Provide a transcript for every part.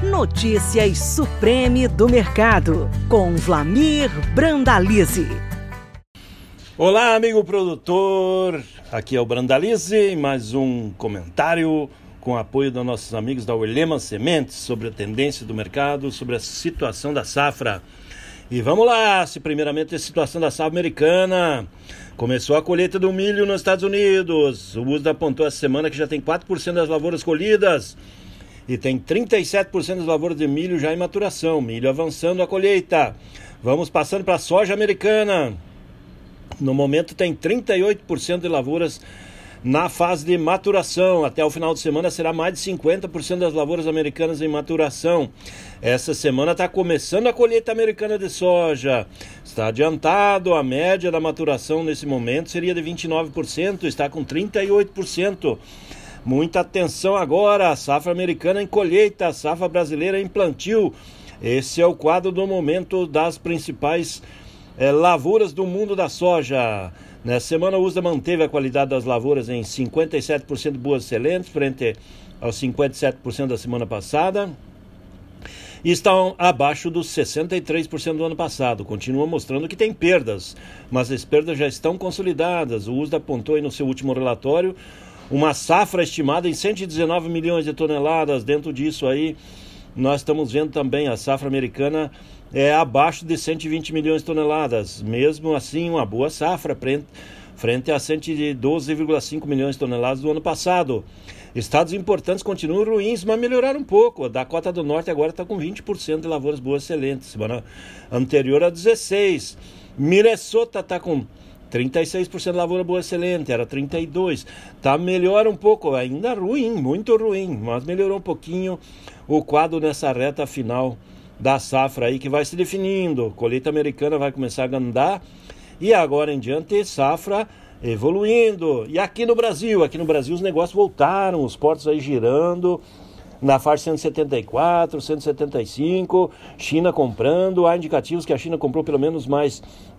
Notícias Supreme do Mercado, com Vlamir Brandalize. Olá, amigo produtor, aqui é o Brandalize, mais um comentário com apoio dos nossos amigos da Orlema Sementes sobre a tendência do mercado, sobre a situação da safra. E vamos lá, primeiramente a situação da safra americana. Começou a colheita do milho nos Estados Unidos. O USDA apontou essa semana que já tem 4% das lavouras colhidas e tem 37% das lavouras de milho já em maturação. Milho avançando a colheita. Vamos passando para a soja americana. No momento tem 38% de lavouras na fase de maturação. Até o final de semana será mais de 50% das lavouras americanas em maturação. Essa semana está começando a colheita americana de soja. Está adiantado, a média da maturação nesse momento seria de 29%, está com 38%. Muita atenção agora, a safra americana em colheita, a safra brasileira em plantio. Esse é o quadro do momento das principais lavouras do mundo da soja. Nessa semana, o USDA manteve a qualidade das lavouras em 57% boas excelentes, frente aos 57% da semana passada. E estão abaixo dos 63% do ano passado. Continua mostrando que tem perdas, mas as perdas já estão consolidadas. O USDA apontou aí no seu último relatório uma safra estimada em 119 milhões de toneladas. Dentro disso aí, nós estamos vendo também a safra americana abaixo de 120 milhões de toneladas. Mesmo assim, uma boa safra frente a 112,5 milhões de toneladas do ano passado. Estados importantes continuam ruins, mas melhoraram um pouco. A Dakota do Norte agora está com 20% de lavouras boas excelentes. Semana anterior a 16%. Minnesota está com 36% de lavoura boa excelente, era 32%. Melhora um pouco, ainda ruim, muito ruim, mas melhorou um pouquinho o quadro nessa reta final da safra aí que vai se definindo. Colheita americana vai começar a andar e agora em diante safra evoluindo. E aqui no Brasil os negócios voltaram, os portos aí girando na faixa 174, 175, China comprando. Há indicativos que a China comprou pelo menos mais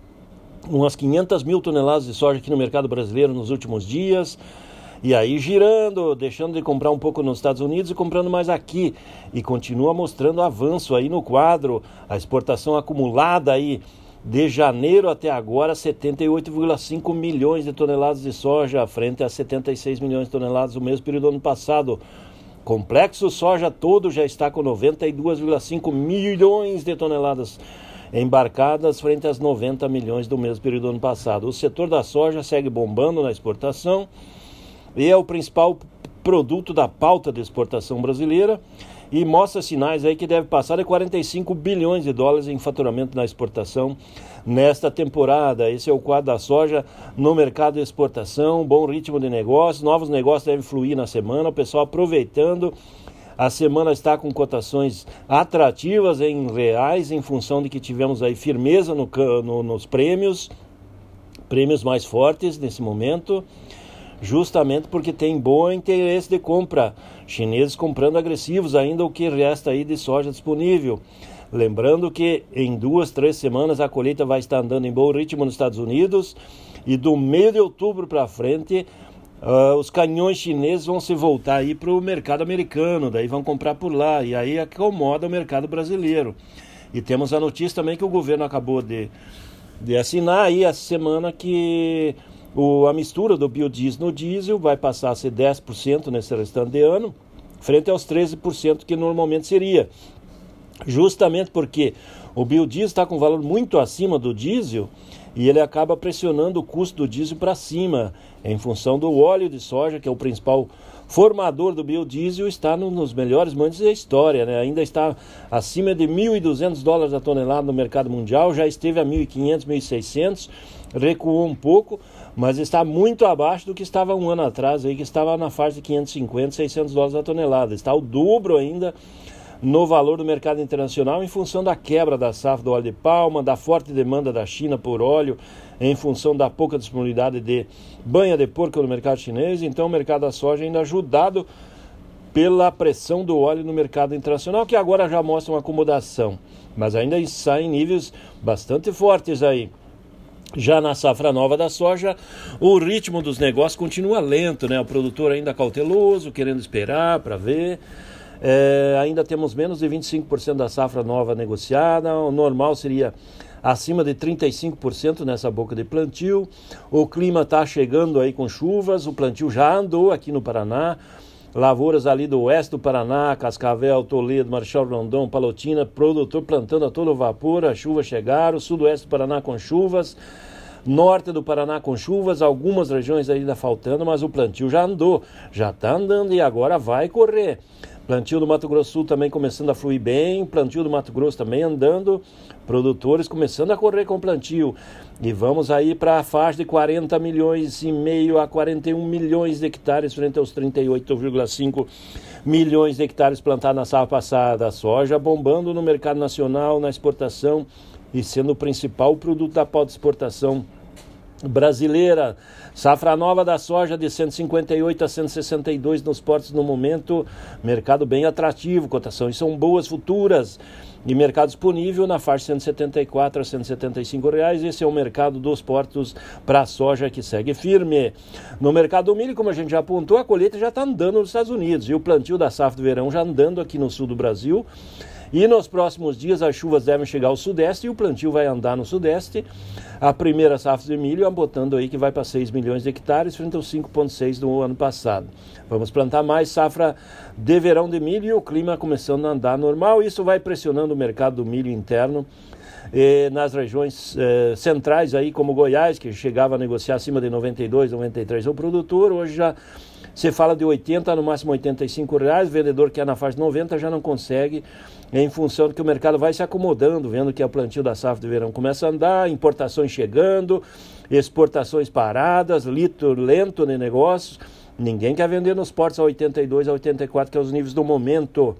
umas 500 mil toneladas de soja aqui no mercado brasileiro nos últimos dias. E aí girando, deixando de comprar um pouco nos Estados Unidos e comprando mais aqui. E continua mostrando avanço aí no quadro. A exportação acumulada aí de janeiro até agora, 78,5 milhões de toneladas de soja, frente a 76 milhões de toneladas no mesmo período do ano passado. Complexo soja todo já está com 92,5 milhões de toneladas embarcadas, frente às 90 milhões do mesmo período do ano passado. O setor da soja segue bombando na exportação e é o principal produto da pauta de exportação brasileira e mostra sinais aí que deve passar de 45 bilhões de dólares em faturamento na exportação nesta temporada. Esse é o quadro da soja no mercado de exportação, bom ritmo de negócio, novos negócios devem fluir na semana, o pessoal aproveitando. A semana está com cotações atrativas em reais, em função de que tivemos aí firmeza nos prêmios mais fortes nesse momento, justamente porque tem bom interesse de compra. Chineses comprando agressivos ainda o que resta aí de soja disponível. Lembrando que em 2-3 semanas a colheita vai estar andando em bom ritmo nos Estados Unidos e do meio de outubro para frente os caminhões chineses vão se voltar aí para o mercado americano, daí vão comprar por lá e aí acomoda o mercado brasileiro. E temos a notícia também que o governo acabou de assinar aí essa semana que a mistura do biodiesel no diesel vai passar a ser 10% nesse restante de ano, frente aos 13% que normalmente seria. Justamente porque o biodiesel está com valor muito acima do diesel e ele acaba pressionando o custo do diesel para cima, em função do óleo de soja, que é o principal formador do biodiesel, está nos melhores momentos da história, né? Ainda está acima de 1.200 dólares a tonelada no mercado mundial, já esteve a 1.500, 1.600, recuou um pouco, mas está muito abaixo do que estava um ano atrás, aí, que estava na faixa de 550, 600 dólares a tonelada. Está o dobro ainda no valor do mercado internacional, em função da quebra da safra do óleo de palma, da forte demanda da China por óleo, em função da pouca disponibilidade de banha de porco no mercado chinês. Então o mercado da soja ainda ajudado pela pressão do óleo no mercado internacional, que agora já mostra uma acomodação, mas ainda está em níveis bastante fortes aí. Já na safra nova da soja, o ritmo dos negócios continua lento, né? O produtor ainda cauteloso, querendo esperar para ver. Ainda temos menos de 25% da safra nova negociada, o normal seria acima de 35% nessa boca de plantio. O clima está chegando aí com chuvas, o plantio já andou aqui no Paraná. Lavouras ali do oeste do Paraná, Cascavel, Toledo, Marechal Rondon, Palotina, produtor plantando a todo vapor, as chuvas chegaram, sudoeste do Paraná com chuvas, norte do Paraná com chuvas, algumas regiões ainda faltando, mas o plantio já andou, já está andando e agora vai correr. Plantio do Mato Grosso Sul também começando a fluir bem, plantio do Mato Grosso também andando, produtores começando a correr com o plantio. E vamos aí para a faixa de 40 milhões e meio a 41 milhões de hectares frente aos 38,5 milhões de hectares plantados na safra passada. A soja bombando no mercado nacional, na exportação e sendo o principal produto da pauta de exportação brasileira. Safra nova da soja de 158 a 162 nos portos no momento, mercado bem atrativo, cotações são boas futuras e mercado disponível na faixa 174 a 175 reais. Esse é o mercado dos portos para a soja que segue firme. No mercado do milho, como a gente já apontou, a colheita já está andando nos Estados Unidos e o plantio da safra do verão já andando aqui no sul do Brasil. E nos próximos dias as chuvas devem chegar ao sudeste e o plantio vai andar no sudeste. A primeira safra de milho botando aí que vai para 6 milhões de hectares frente aos 5,6 do ano passado. Vamos plantar mais safra de verão de milho e o clima começando a andar normal. Isso vai pressionando o mercado do milho interno nas regiões centrais aí como Goiás, que chegava a negociar acima de 92, 93 ao produtor. Hoje já se fala de 80, no máximo 85 reais, o vendedor que é na faixa de 90 já não consegue, em função de que o mercado vai se acomodando, vendo que o plantio da safra de verão começa a andar, importações chegando, exportações paradas, litro lento de negócios, ninguém quer vender nos portos a 82, a 84, que é os níveis do momento.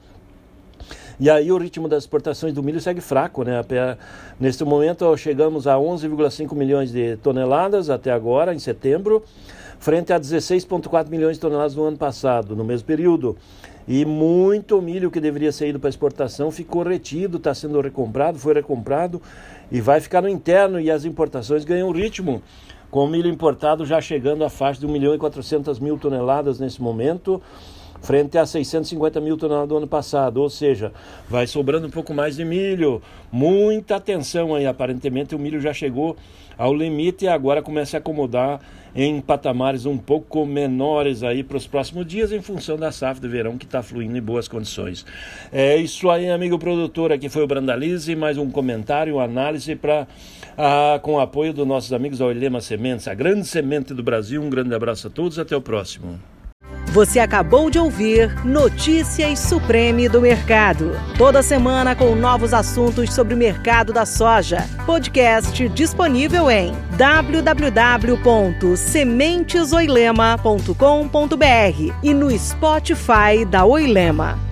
E aí o ritmo das exportações do milho segue fraco, né? Neste momento chegamos a 11,5 milhões de toneladas até agora, em setembro, frente a 16,4 milhões de toneladas no ano passado, no mesmo período. E muito milho que deveria ser ido para exportação ficou retido, está sendo recomprado, foi recomprado e vai ficar no interno, e as importações ganham ritmo, com o milho importado já chegando à faixa de 1.400.000 toneladas nesse momento, frente a 650 mil toneladas do ano passado, ou seja, vai sobrando um pouco mais de milho. Muita atenção aí, aparentemente o milho já chegou ao limite e agora começa a acomodar em patamares um pouco menores aí para os próximos dias, em função da safra de verão que está fluindo em boas condições. É isso aí, amigo produtor, aqui foi o Brandalize, mais um comentário, uma análise com o apoio dos nossos amigos da Oilema Sementes, a grande semente do Brasil. Um grande abraço a todos, até o próximo. Você acabou de ouvir Notícias Supreme do Mercado. Toda semana com novos assuntos sobre o mercado da soja. Podcast disponível em www.sementesoilema.com.br e no Spotify da Oilema.